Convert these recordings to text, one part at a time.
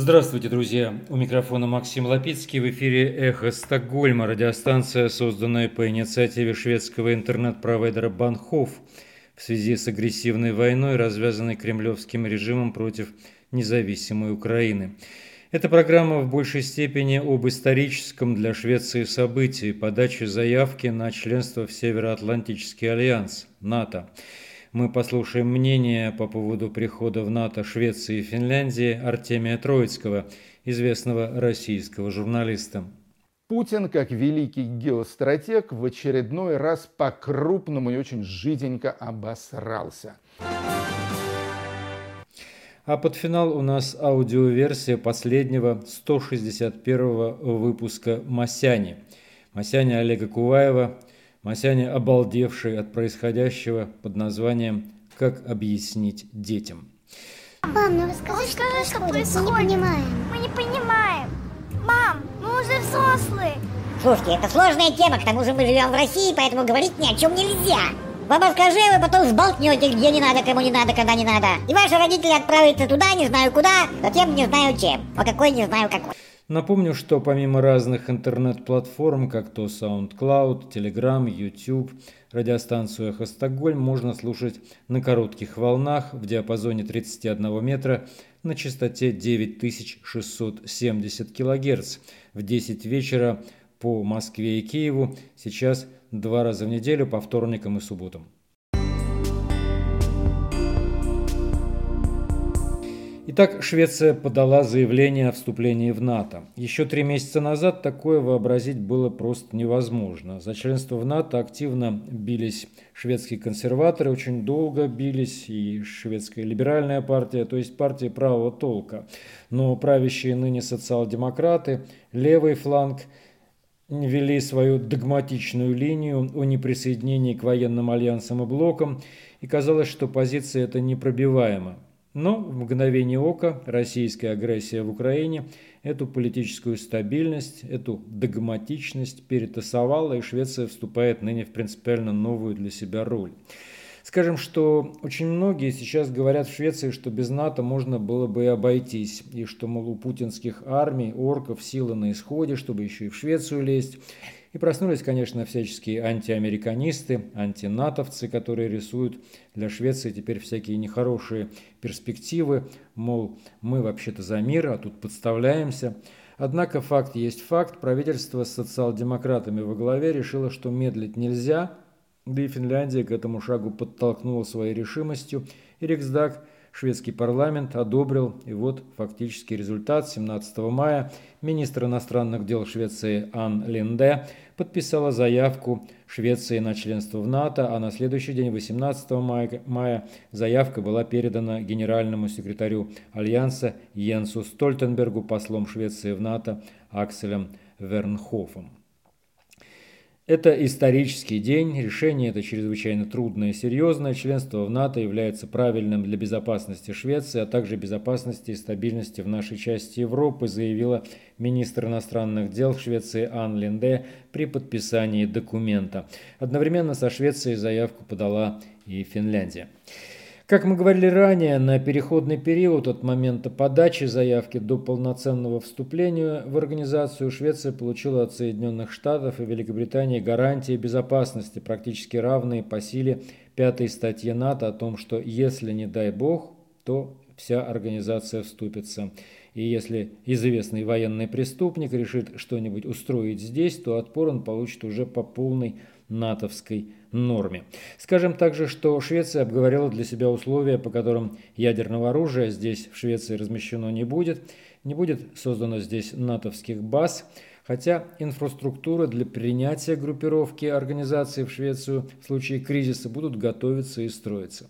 Здравствуйте, друзья! У микрофона Максим Лапицкий. В эфире «Эхо Стокгольма», радиостанция, созданная по инициативе шведского интернет-провайдера Банхоф в связи с агрессивной войной, развязанной кремлевским режимом против независимой Украины. Эта программа в большей степени об историческом для Швеции событии – подаче заявки на членство в Североатлантический альянс – НАТО. Мы послушаем мнение по поводу прихода в НАТО Швеции и Финляндии Артемия Троицкого, известного российского журналиста. Путин, как великий геостратег, в очередной раз по-крупному и очень жиденько обосрался. А под финал у нас аудиоверсия последнего 161-го выпуска «Масяни». «Масяни» Олега Куваева. Масяня, обалдевший от происходящего, под названием «Как объяснить детям». Мам, ну расскажи, что происходит? Мы не понимаем. Мы не понимаем. Мам, мы уже взрослые. Слушайте, это сложная тема, к тому же мы живем в России, поэтому говорить ни о чем нельзя. Вам расскажи, вы потом сболтнете, где не надо, кому не надо, когда не надо. И ваши родители отправятся туда, не знаю куда, затем не знаю чем. По какой, не знаю какой. Напомню, что помимо разных интернет-платформ, как то SoundCloud, Telegram, YouTube, радиостанцию «Эхо Стокгольм» можно слушать на коротких волнах в диапазоне 31 метра на частоте 9670 кГц в 10 вечера по Москве и Киеву, сейчас 2 раза в неделю по вторникам и субботам. Итак, Швеция подала заявление о вступлении в НАТО. Еще 3 месяца назад такое вообразить было просто невозможно. За членство в НАТО активно бились шведские консерваторы, очень долго бились и шведская либеральная партия, то есть партия правого толка. Но правящие ныне социал-демократы, левый фланг, вели свою догматичную линию о неприсоединении к военным альянсам и блокам, и казалось, что позиция эта непробиваема. Но в мгновение ока российская агрессия в Украине эту политическую стабильность, эту догматичность перетасовала, и Швеция вступает ныне в принципиально новую для себя роль. Скажем, что очень многие сейчас говорят в Швеции, что без НАТО можно было бы и обойтись, и что, мол, у путинских армий, орков сила на исходе, чтобы еще и в Швецию лезть. И проснулись, конечно, всяческие антиамериканисты, антинатовцы, которые рисуют для Швеции теперь всякие нехорошие перспективы, мол, мы вообще-то за мир, а тут подставляемся. Однако факт есть факт, правительство с социал-демократами во главе решило, что медлить нельзя, да и Финляндия к этому шагу подтолкнула своей решимостью, и Риксдаг, шведский парламент, одобрил, и вот фактически результат. 17 мая министр иностранных дел Швеции Анн Линде подписала заявку Швеции на членство в НАТО, а на следующий день, 18 мая, заявка была передана генеральному секретарю Альянса Йенсу Стольтенбергу, послом Швеции в НАТО Акселем Вернхофом. Это исторический день, решение это чрезвычайно трудное и серьезное. Членство в НАТО является правильным для безопасности Швеции, а также безопасности и стабильности в нашей части Европы, заявила министр иностранных дел Швеции Анн Линде при подписании документа. Одновременно со Швецией заявку подала и Финляндия. Как мы говорили ранее, на переходный период от момента подачи заявки до полноценного вступления в организацию Швеция получила от Соединенных Штатов и Великобритании гарантии безопасности, практически равные по силе 5-й статьи НАТО о том, что если не дай бог, то вся организация вступится. И если известный военный преступник решит что-нибудь устроить здесь, то отпор он получит уже по полной натовской норме. Скажем также, что Швеция обговорила для себя условия, по которым ядерного оружия здесь в Швеции размещено не будет создано здесь натовских баз, хотя инфраструктура для принятия группировки организации в Швецию в случае кризиса будут готовиться и строиться.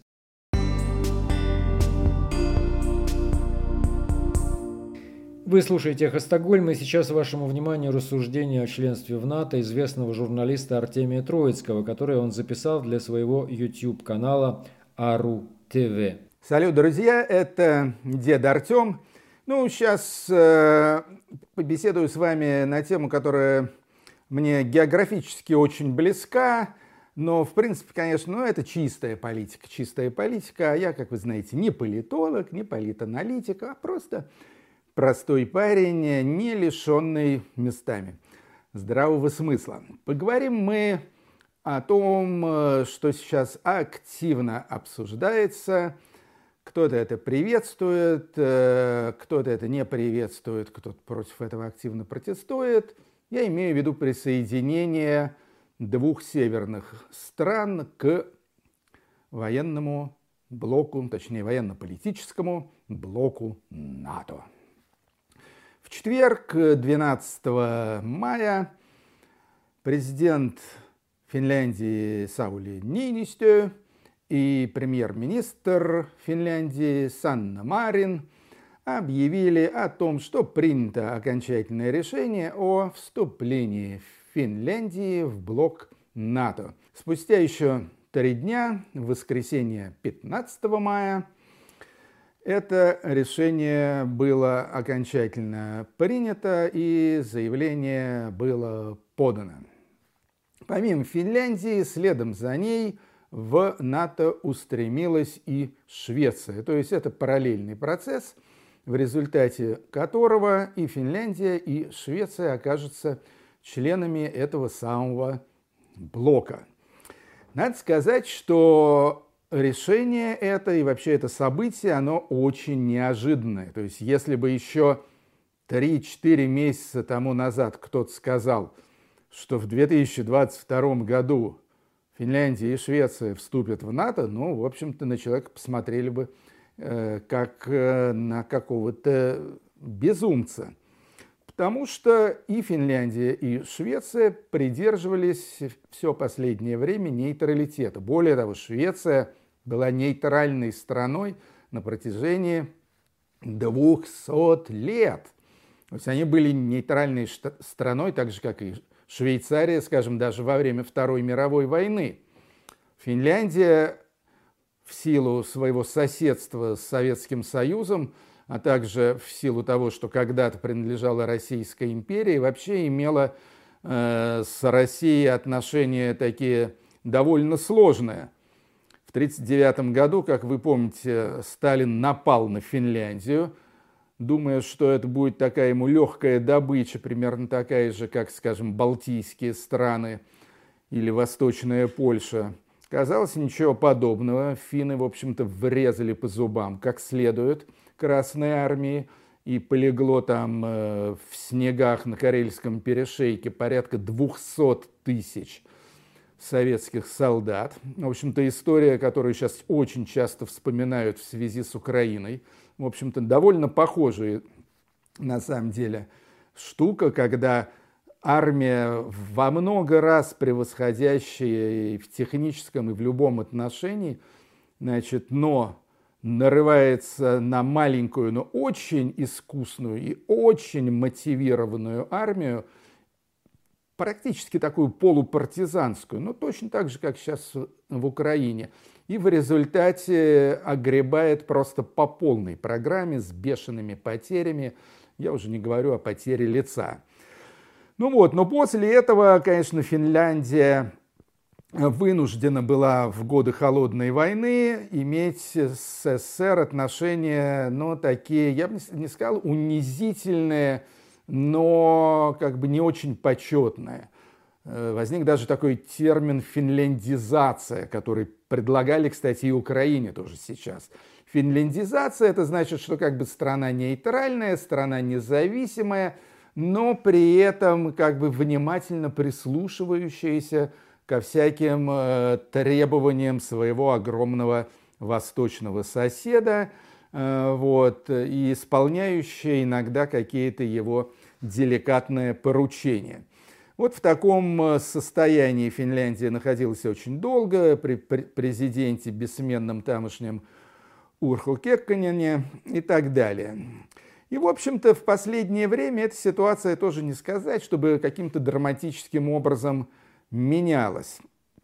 Вы слушаете «Эхо Стокгольма», и сейчас вашему вниманию рассуждение о членстве в НАТО известного журналиста Артемия Троицкого, которое он записал для своего YouTube-канала Ару ТВ. Салют, друзья, это дед Артем. Сейчас побеседую с вами на тему, которая мне географически очень близка, но, в принципе, конечно, это чистая политика. А я, как вы знаете, не политолог, не политаналитик, а просто простой парень, не лишенный местами здравого смысла. Поговорим мы о том, что сейчас активно обсуждается. Кто-то это приветствует, кто-то это не приветствует, кто-то против этого активно протестует. Я имею в виду присоединение двух северных стран к военному блоку, точнее военно-политическому блоку НАТО. В четверг, 12 мая, президент Финляндии Саули Ниинистö и премьер-министр Финляндии Санна Марин объявили о том, что принято окончательное решение о вступлении Финляндии в блок НАТО. Спустя еще 3 дня, в воскресенье 15 мая, это решение было окончательно принято и заявление было подано. Помимо Финляндии, следом за ней в НАТО устремилась и Швеция. То есть это параллельный процесс, в результате которого и Финляндия, и Швеция окажутся членами этого самого блока. Надо сказать, что решение это и вообще это событие, оно очень неожиданное. То есть если бы еще 3-4 месяца тому назад кто-то сказал, что в 2022 году Финляндия и Швеция вступят в НАТО, ну, в общем-то, на человека посмотрели бы как на какого-то безумца. Потому что и Финляндия, и Швеция придерживались все последнее время нейтралитета. Более того, Швеция была нейтральной страной на протяжении 200 лет. То есть они были нейтральной страной, так же, как и Швейцария, скажем, даже во время Второй мировой войны. Финляндия в силу своего соседства с Советским Союзом, а также в силу того, что когда-то принадлежала Российской империи, вообще имела с Россией отношения такие довольно сложные. В 1939 году, как вы помните, Сталин напал на Финляндию, думая, что это будет такая ему легкая добыча, примерно такая же, как, скажем, балтийские страны или Восточная Польша. Казалось, ничего подобного. Финны, в общем-то, врезали по зубам как следует Красной армии, и полегло там в снегах на Карельском перешейке порядка 200 тысяч советских солдат. В общем-то, история, которую сейчас очень часто вспоминают в связи с Украиной. В общем-то, довольно похожая, на самом деле, штука, когда армия, во много раз превосходящая и в техническом, и в любом отношении, значит, но нарывается на маленькую, но очень искусную и очень мотивированную армию, практически такую полупартизанскую, но точно так же, как сейчас в Украине. И в результате огребает просто по полной программе с бешеными потерями. Я уже не говорю о потере лица. Ну вот, но после этого, конечно, Финляндия вынуждена была в годы Холодной войны иметь с СССР отношения, ну, такие, я бы не сказал, унизительные, но как бы не очень почетные. Возник даже такой термин «финляндизация», который предлагали, кстати, и Украине тоже сейчас. Финляндизация – это значит, что как бы страна нейтральная, страна независимая, но при этом как бы внимательно прислушивающаяся ко всяким требованиям своего огромного восточного соседа, вот, и исполняющая иногда какие-то его деликатные поручения. Вот в таком состоянии Финляндия находилась очень долго, при президенте бессменном тамошнем Урху Кекконене и так далее. И, в общем-то, в последнее время эта ситуация тоже не сказать, чтобы каким-то драматическим образом менялась.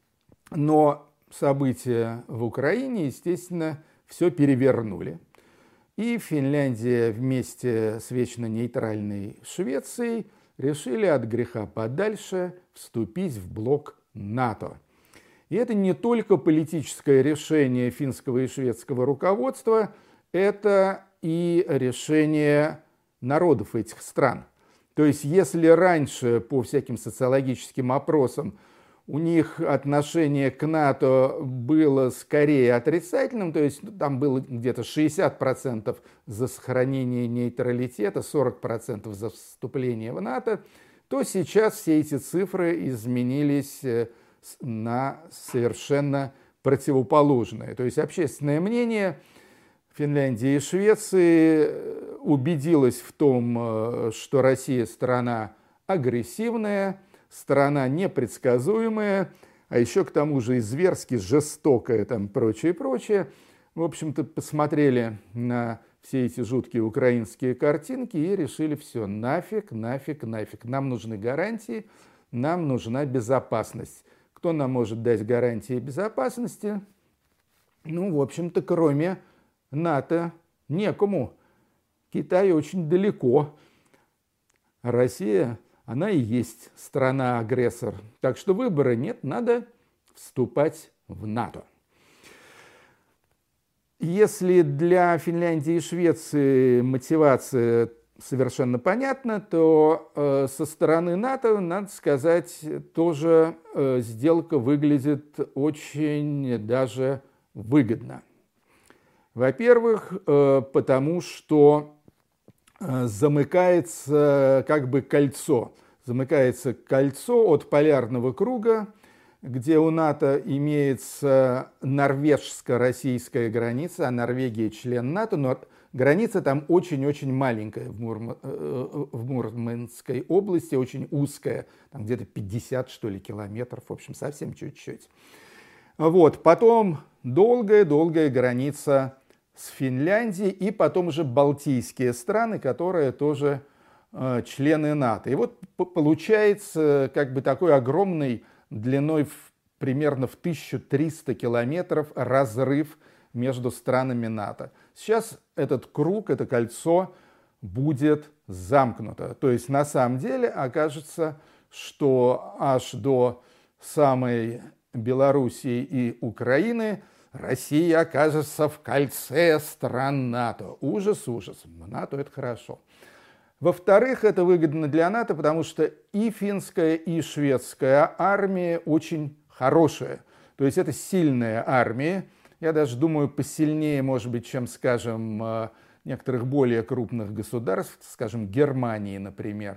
Но события в Украине, естественно, все перевернули. И Финляндия вместе с вечно нейтральной Швецией решили от греха подальше вступить в блок НАТО. И это не только политическое решение финского и шведского руководства, это и решение народов этих стран. То есть если раньше по всяким социологическим опросам у них отношение к НАТО было скорее отрицательным, то есть там было где-то 60% за сохранение нейтралитета, 40% за вступление в НАТО, то сейчас все эти цифры изменились на совершенно противоположное. То есть общественное мнение Финляндии и Швеции убедилось в том, что Россия страна агрессивная, страна непредсказуемая, а еще к тому же и зверски жестокая, там прочее, прочее. В общем-то, посмотрели на все эти жуткие украинские картинки и решили: все, нафиг, нафиг, нафиг. Нам нужны гарантии, нам нужна безопасность. Кто нам может дать гарантии безопасности? Ну, в общем-то, кроме НАТО некому. Китай очень далеко. Россия, она и есть страна-агрессор. Так что выбора нет, надо вступать в НАТО. Если для Финляндии и Швеции мотивация совершенно понятна, то со стороны НАТО, надо сказать, тоже сделка выглядит очень даже выгодно. Во-первых, потому что замыкается как бы кольцо. Замыкается кольцо от полярного круга, где у НАТО имеется норвежско-российская граница, а Норвегия член НАТО, но граница там очень-очень маленькая в Мурманской области, очень узкая, там где-то 50, что ли, километров, в общем, совсем чуть-чуть. Вот. Потом долгая-долгая граница с Финляндией, и потом уже Балтийские страны, которые тоже члены НАТО. И вот получается как бы такой огромный, длиной примерно в 1300 километров разрыв между странами НАТО. Сейчас этот круг, это кольцо будет замкнуто. То есть на самом деле окажется, что аж до самой Белоруссии и Украины Россия окажется в кольце стран НАТО. Ужас, ужас. НАТО — это хорошо. Во-вторых, это выгодно для НАТО, потому что и финская, и шведская армия очень хорошая. То есть это сильная армия. Я даже думаю, посильнее, может быть, чем, скажем, некоторых более крупных государств, скажем, Германии, например.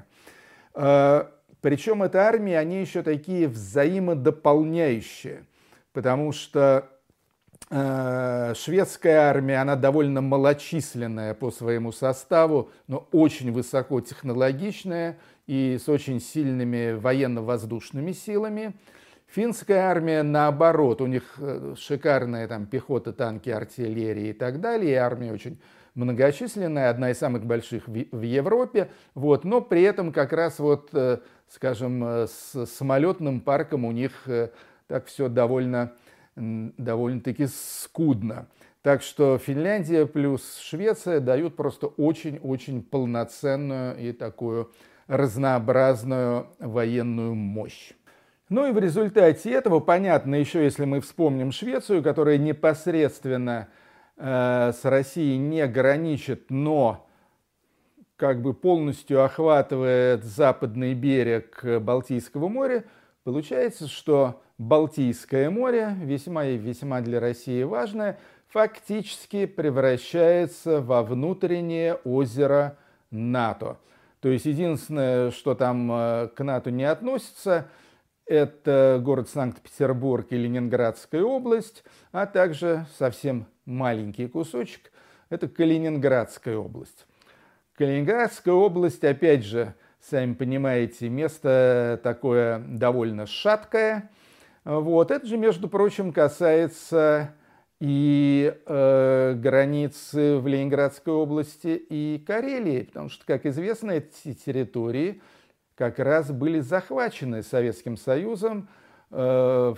Причем эта армия, они еще такие взаимодополняющие, потому что шведская армия, она довольно малочисленная по своему составу, но очень высокотехнологичная и с очень сильными военно-воздушными силами. Финская армия, наоборот, у них шикарная там пехота, танки, артиллерия и так далее, и армия очень многочисленная, одна из самых больших в Европе, вот, но при этом как раз вот, скажем, с самолетным парком у них так все довольно-таки скудно. Так что Финляндия плюс Швеция дают просто очень-очень полноценную и такую разнообразную военную мощь. Ну и в результате этого, понятно, еще если мы вспомним Швецию, которая непосредственно с Россией не граничит, но как бы полностью охватывает западный берег Балтийского моря, получается, что Балтийское море, весьма и весьма для России важное, фактически превращается во внутреннее озеро НАТО. То есть единственное, что там к НАТО не относится, это город Санкт-Петербург и Ленинградская область, а также совсем маленький кусочек – это Калининградская область. Калининградская область, опять же, сами понимаете, место такое довольно шаткое. Вот. Это же, между прочим, касается и границы в Ленинградской области и Карелии, потому что, как известно, эти территории как раз были захвачены Советским Союзом в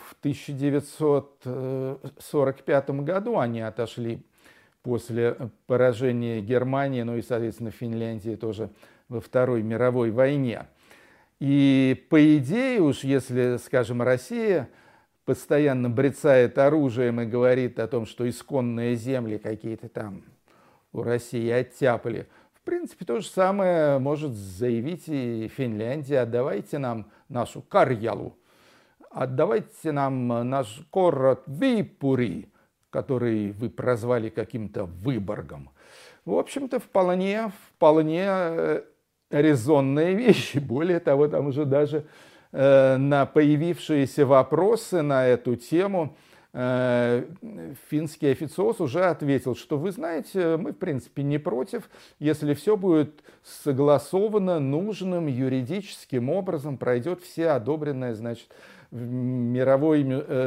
1945 году. Они отошли после поражения Германии, ну и, соответственно, Финляндии тоже во Второй мировой войне. И по идее уж, если, скажем, Россия постоянно брецает оружием и говорит о том, что исконные земли какие-то там у России оттяпали в принципе, то же самое может заявить и Финляндия. Отдавайте нам нашу Карьялу, отдавайте нам наш город Випури, который вы прозвали каким-то Выборгом. В общем-то, вполне резонные вещи. Более того, там уже даже на появившиеся вопросы на эту тему финский официоз уже ответил, что вы знаете, мы в принципе не против, если все будет согласовано нужным юридическим образом, пройдет все одобренные, значит, в мировой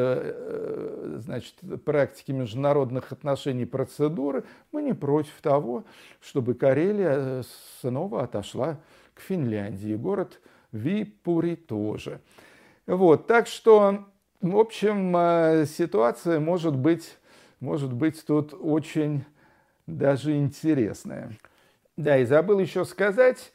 практике международных отношений процедуры, мы не против того, чтобы Карелия снова отошла к Финляндии, город Випури тоже. Вот, так что, в общем, ситуация может быть тут очень даже интересная. Да, и забыл еще сказать,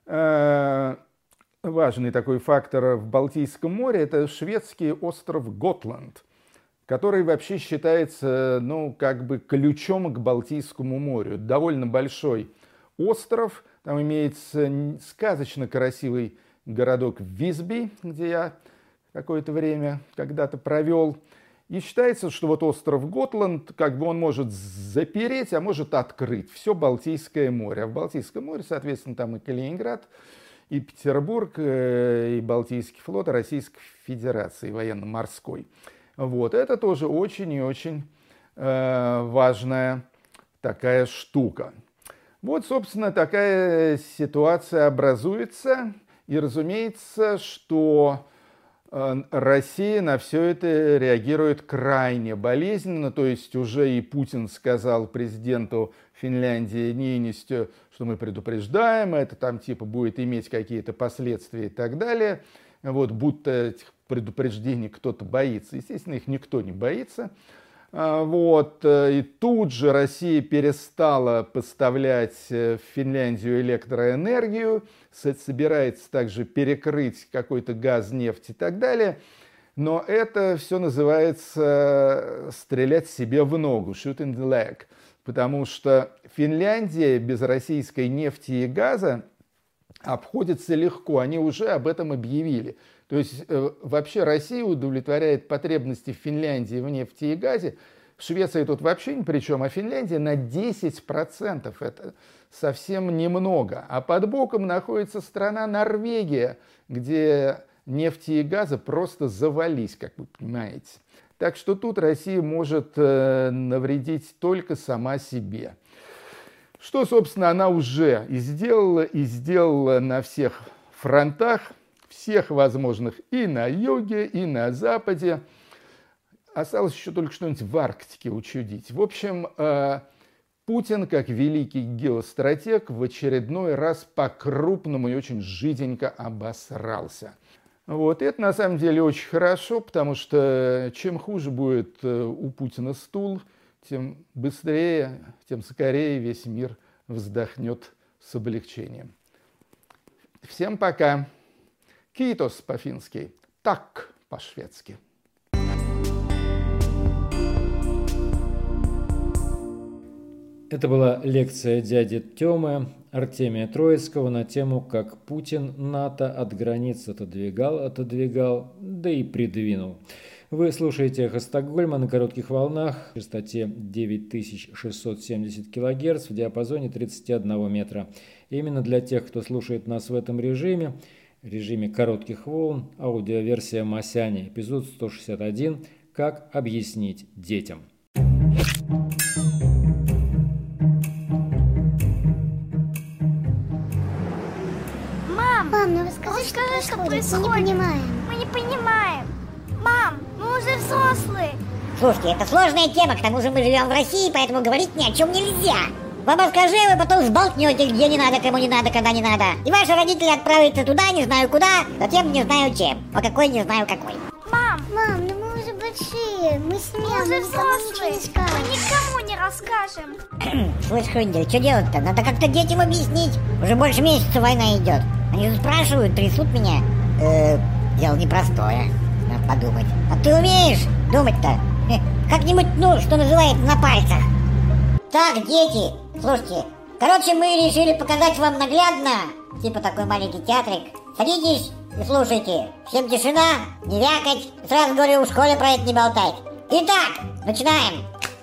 важный такой фактор в Балтийском море – это шведский остров Готланд, который вообще считается, ключом к Балтийскому морю. Довольно большой остров, там имеется сказочно красивый городок Висби, где я какое-то время когда-то провел. И считается, что вот остров Готланд, он может запереть, а может открыть все Балтийское море. А в Балтийском море, соответственно, там и Калининград, и Петербург, и Балтийский флот Российской Федерации военно-морской. Вот, это тоже очень и очень важная такая штука. Вот, собственно, такая ситуация образуется. И разумеется, что Россия на все это реагирует крайне болезненно. То есть уже и Путин сказал президенту Финляндии Ниинистё, что мы предупреждаем, это там типа будет иметь какие-то последствия и так далее. Вот, будто этих предупреждений кто-то боится. Естественно, их никто не боится. Вот. И тут же Россия перестала поставлять в Финляндию электроэнергию, собирается также перекрыть какой-то газ, нефть и так далее. Но это все называется стрелять себе в ногу, shoot in the leg. Потому что Финляндия без российской нефти и газа обходится легко, они уже об этом объявили. То есть вообще Россия удовлетворяет потребности в Финляндии в нефти и газе. В Швеции тут вообще ни при чем, а Финляндия на 10%. Это совсем немного. А под боком находится страна Норвегия, где нефти и газа просто завались, как вы понимаете. Так что тут Россия может навредить только сама себе. Что, собственно, она уже и сделала на всех фронтах, всех возможных, и на юге, и на западе. Осталось еще только что-нибудь в Арктике учудить. В общем, Путин, как великий геостратег, в очередной раз по-крупному и очень жиденько обосрался. Вот. И это на самом деле очень хорошо, потому что чем хуже будет у Путина стул, тем быстрее, тем скорее весь мир вздохнет с облегчением. Всем пока. Китос по-фински, так по-шведски. Это была лекция дяди Тёмы Артемия Троицкого на тему, как Путин НАТО от границ отодвигал, да и придвинул. Вы слушаете «Эхо Стокгольма» на коротких волнах в частоте 9670 кГц в диапазоне 31 метра. И именно для тех, кто слушает нас в этом режиме коротких волн, аудиоверсия Масяни, эпизод 161 «Как объяснить детям». Мам, ну расскажи, что происходит? Мы не понимаем. Мы не понимаем. Мам, мы уже взрослые. Слушайте, это сложная тема, к тому же мы живем в России, поэтому говорить ни о чем нельзя. Вам расскажи, вы потом сболтнете, где не надо, кому не надо, когда не надо. И ваши родители отправятся туда, не знаю куда, затем не знаю чем. А какой, не знаю какой. Мам, Мам, ну мы уже большие, мы семья, мы уже мы никому ничего взрослые. не скажем. Мы никому не расскажем. Слышь, Хрундель, что делать-то? Надо как-то детям объяснить. Уже больше месяца война идет. Они тут спрашивают, трясут меня. Дело непростое. Надо подумать. А ты умеешь думать-то? Как-нибудь, что называется, на пальцах. Так, дети, слушайте, Короче, мы решили показать вам наглядно, типа такой маленький театрик. Садитесь и слушайте. Всем тишина, не вякать. Сразу говорю, в школе про это не болтать. Итак, начинаем.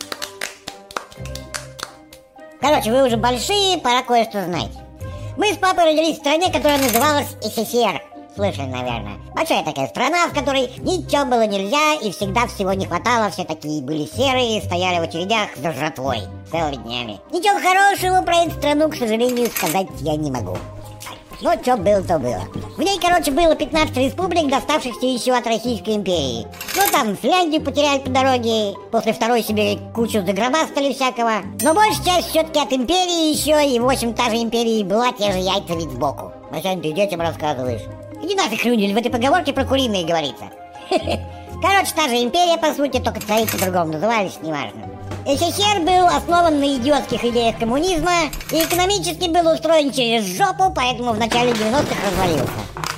Короче, вы уже большие, пора кое-что знать. Мы с папой родились в стране, которая называлась СССР. Слышали, наверное. Большая такая страна, в которой ничего было нельзя и всегда всего не хватало. Все такие были серые, стояли в очередях за жратвой целыми днями. Ничего хорошего про эту страну, к сожалению, сказать я не могу. Ну, что было, то было. В ней, короче, было 15 республик, доставшихся еще от Российской империи. Ну, там Финляндию потеряли по дороге, после второй себе кучу загробастали всякого. Но большая часть все-таки от империи еще, и, в общем, та же империя и была, те же яйца ведь сбоку. А сегодня ты детям рассказываешь. Иди нафиг, люди, в этой поговорке про куриные говорится. Короче, та же империя, по сути, только цари по-другому назывались, неважно. СССР был основан на идиотских идеях коммунизма и экономически был устроен через жопу, поэтому в начале 90-х развалился.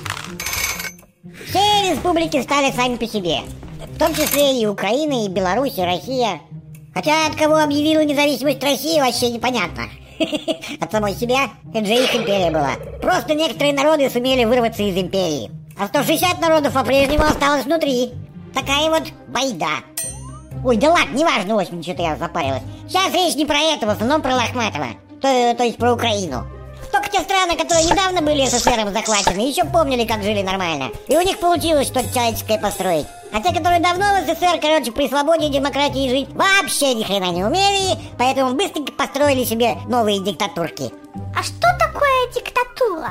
Все республики стали сами по себе, в том числе и Украина, и Беларусь, и Россия. Хотя от кого объявила независимость России, вообще непонятно. От самой себя, это же их империя была. Просто некоторые народы сумели вырваться из империи, а 160 народов по-прежнему осталось внутри. Такая вот байда. Ой, да ладно, неважно, в общем, что-то я запарилась. Сейчас речь не про это, в основном про Лохматова. То есть про Украину. Только те страны, которые недавно были СССРом захвачены, еще помнили, как жили нормально. И у них получилось что-то человеческое построить. А те, которые давно в СССР, короче, при свободе и демократии жить, вообще ни хрена не умели, поэтому быстренько построили себе новые диктатурки. А что такое диктатура?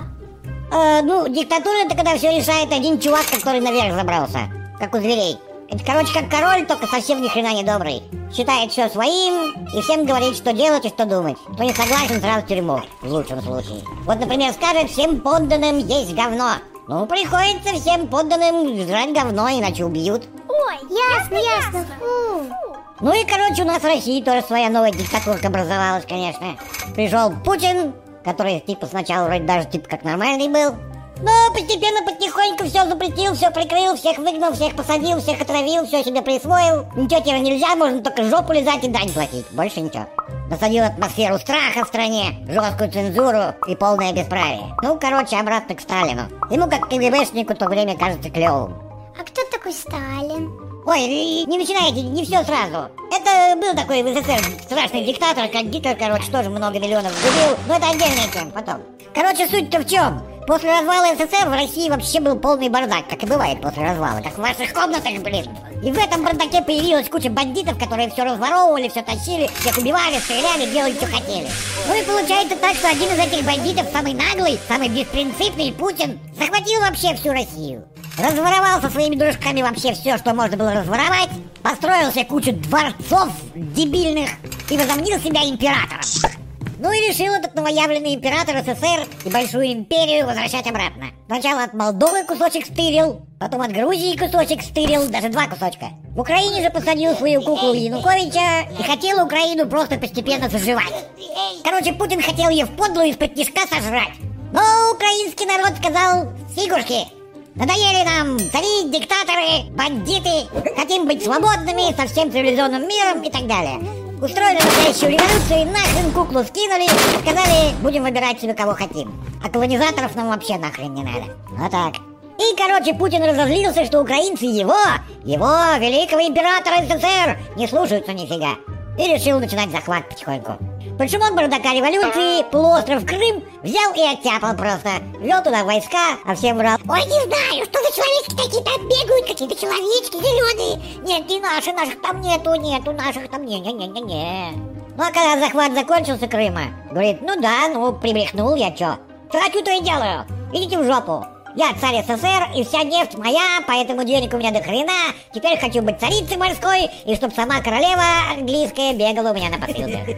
Ну, диктатура — это когда все решает один чувак, который наверх забрался. Как у зверей. Это, короче, как король, только совсем ни хрена не добрый. Считает все своим и всем говорит, что делать и что думать. Кто не согласен, сразу в тюрьму, в лучшем случае. Вот, например, скажет, всем подданным есть говно. Ну, приходится всем подданным жрать говно, иначе убьют. Ой, ясно. Фу. Ну и, короче, у нас в России тоже своя новая диктатурка образовалась, конечно. Пришел Путин, который, типа, сначала вроде даже, типа, как нормальный был. Но постепенно, потихоньку все запретил, все прикрыл, всех выгнал, всех посадил, всех отравил, все себе присвоил. Ничего теперь нельзя, можно только жопу лизать и дань платить. Больше ничего. Насадил атмосферу страха в стране, жесткую цензуру и полное бесправие. Ну, короче, обратно к Сталину. Ему, как КГБшнику, то время кажется клевым. А кто такой Сталин? Ой, не начинайте, не все сразу. Это был такой в СССР страшный диктатор, как Гитлер, короче, тоже много миллионов сгубил. Но это отдельная тема, потом. Короче, суть-то в чем? После развала СССР в России вообще был полный бардак, как и бывает после развала, как в ваших комнатах, блин. И в этом бардаке появилась куча бандитов, которые все разворовывали, все тащили, всех убивали, стреляли, делали, что хотели. Ну и получается так, что один из этих бандитов, самый наглый, самый беспринципный, Путин, захватил вообще всю Россию. Разворовал со своими дружками вообще все, что можно было разворовать, построил себе кучу дворцов дебильных и возомнил себя императором. Ну и решил этот новоявленный император СССР и большую империю возвращать обратно. Сначала от Молдовы кусочек стырил, потом от Грузии кусочек стырил, даже 2 кусочка. В Украине же посадил свою куклу Януковича и хотел Украину просто постепенно заживать. Короче, Путин хотел ее вподлу из-под тишка сожрать. Но украинский народ сказал: фигушки, надоели нам цари, диктаторы, бандиты, хотим быть свободными, со всем цивилизованным миром и так далее. Устроили настоящую революцию и нахрен куклу скинули, сказали, будем выбирать себе кого хотим. А колонизаторов нам вообще нахрен не надо. Вот так. И, короче, Путин разозлился, что украинцы его, великого императора СССР, не слушаются нифига. И решил начинать захват потихоньку. Причем он бардака революции, полуостров Крым, взял и оттяпал просто. Ввел туда войска, а всем врал: ой, не знаю, что за человечки такие там бегают, какие-то человечки зеленые. Нет, не наши, наших там нету, наших там не. Ну а когда захват закончился Крыма, говорит: ну да, прибрехнул я, чё хочу, то и делаю, идите в жопу. Я царь СССР, и вся нефть моя, поэтому денег у меня до хрена. Теперь хочу быть царицей морской, и чтоб сама королева английская бегала у меня на посылке.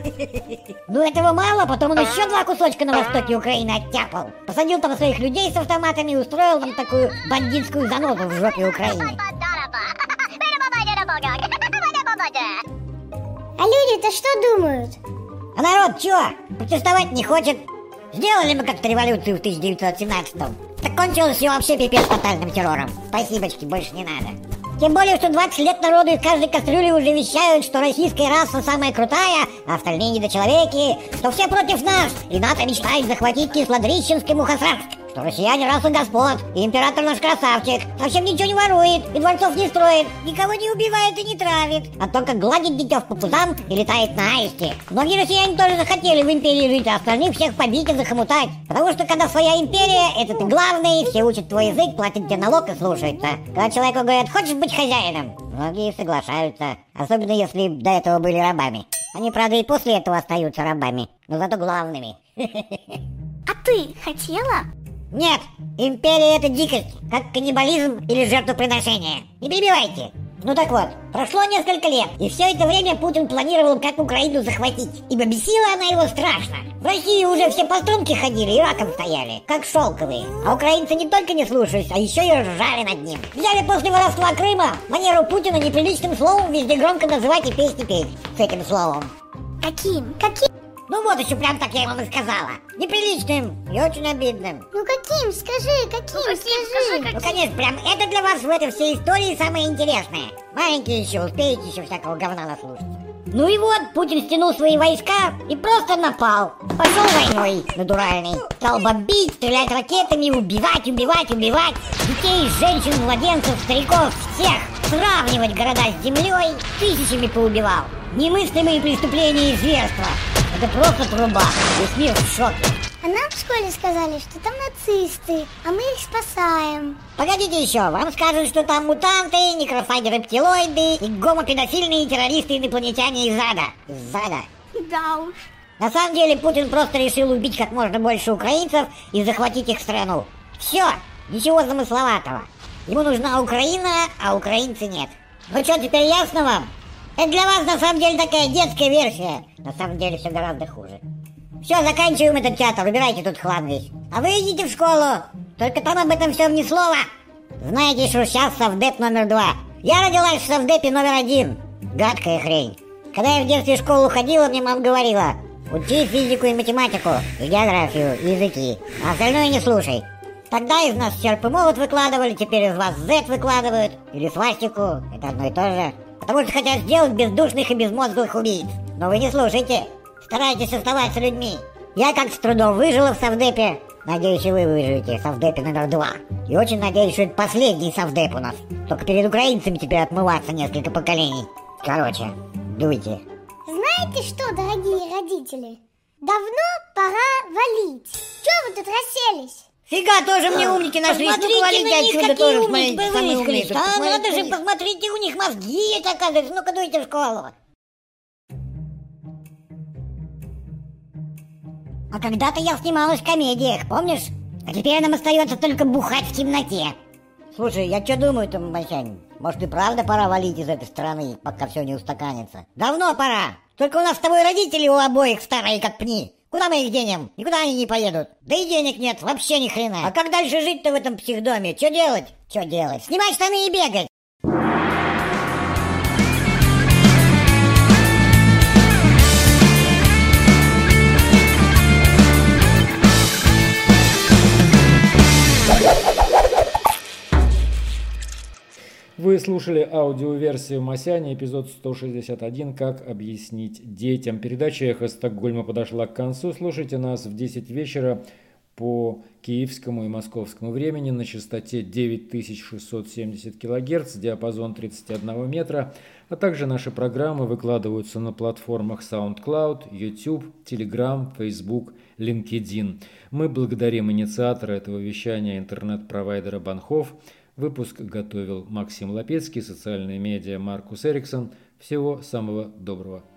Ну этого мало, потом он еще 2 кусочка на востоке Украины оттяпал. Посадил там своих людей с автоматами и устроил там такую бандитскую занозу в жопе Украины. А люди-то что думают? А народ чё? Протестовать не хочет. Сделали мы как-то революцию в 1917-м. Так кончилось все вообще пипец тотальным террором. Спасибочки, больше не надо. Тем более, что 20 лет народу из каждой кастрюли уже вещают, что российская раса самая крутая, а остальные недочеловеки, что все против нас, и НАТО мечтает захватить Кислодрищенск и Мухосранск, что россияне раса господ, и император наш красавчик, совсем ничего не ворует, и дворцов не строит, никого не убивает и не травит, а только гладит детев по пузам и летает на аисте. Многие россияне тоже захотели в империи жить, а остальных всех побить и захомутать, потому что когда своя империя, это ты главный, все учат твой язык, платят тебе налог и слушаются. Когда человеку говорят, хочешь быть хозяином? Многие соглашаются, особенно если до этого были рабами. Они, правда, и после этого остаются рабами, но зато главными. А ты хотела? Нет, империя — это дикость, как каннибализм или жертвоприношение. Не перебивайте. Ну так вот, прошло несколько лет, и все это время Путин планировал, как Украину захватить, ибо бесила она его страшно. В России уже все по струнке ходили и раком стояли, как шелковые. А украинцы не только не слушались, а еще и ржали над ним. Взяли после воровства Крыма манеру Путина неприличным словом везде громко называть и песни петь с этим словом. Каким? Ну вот еще прям так я вам и сказала. Неприличным и очень обидным. Ну каким? Скажи, скажи. Ну, конечно, прям это для вас в этой всей истории самое интересное. Маленькие еще, успеете еще всякого говна наслушаться. Ну и вот, Путин стянул свои войска и просто напал. Пошел войной натуральный. Стал бомбить, стрелять ракетами, убивать. Детей, женщин, младенцев, стариков, всех. Сравнивать города с землей. Тысячами поубивал. Немыслимые преступления и зверства. Это просто труба. Весь мир в шоке. А нам в школе сказали, что там нацисты, а мы их спасаем. Погодите еще, вам скажут, что там мутанты, некрофаги-рептилоиды и гомопедофильные террористы-инопланетяне из ада. Из ада. Да уж. На самом деле Путин просто решил убить как можно больше украинцев и захватить их страну. Все, ничего замысловатого. Ему нужна Украина, а украинцы нет. Ну что, теперь ясно вам? Это для вас на самом деле такая детская версия. На самом деле все гораздо хуже. Все, заканчиваем этот театр, убирайте тут хлам весь. А вы идите в школу, только там об этом всем ни слова. Знаете, что сейчас совдеп номер 2. Я родилась в совдепе номер 1. Гадкая хрень. Когда я в детстве в школу ходила, мне мама говорила: учи физику и математику, и географию, и языки, а остальное не слушай. Тогда из нас черп и молот выкладывали, теперь из вас Z выкладывают, или свастику, это одно и то же. Потому что хотят сделать бездушных и безмозглых убийц. Но вы не слушайте. Старайтесь оставаться людьми. Я как с трудом выжила в совдепе. Надеюсь, и вы выживете в совдепе номер 2. И очень надеюсь, что это последний совдеп у нас. Только перед украинцами теперь отмываться несколько поколений. Короче, дуйте. Знаете что, дорогие родители? Давно пора валить. Чего вы тут расселись? Фига, тоже мне умники нашлись. Посмотрите Ну, на них, отсюда какие тоже, умники смотрите, самые умные. выискались. А, Посмотрите надо на же, них. посмотрите, у них мозги есть, оказывается. Ну-ка, дуйте в школу. А когда-то я снималась в комедиях, помнишь? А теперь нам остается только бухать в темноте. Слушай, я что думаю-то, Масянь? Может и правда пора валить из этой страны, пока все не устаканится? Давно пора. Только у нас с тобой родители у обоих старые как пни. Куда мы их денем? Никуда они не поедут. Да и денег нет, вообще ни хрена. А как дальше жить-то в этом психдоме? Что делать? Снимать штаны и бегать. Вы слушали аудиоверсию Масяни, эпизод 161 «Как объяснить детям». Передача «Эхо Стокгольма» подошла к концу. Слушайте нас в 10 вечера по киевскому и московскому времени на частоте 9670 кГц, диапазон 31 метра, а также наши программы выкладываются на платформах SoundCloud, YouTube, Telegram, Facebook, LinkedIn. Мы благодарим инициатора этого вещания, интернет-провайдера Банхов. Выпуск готовил Максим Лапецкий, социальные медиа Маркус Эриксон. Всего самого доброго.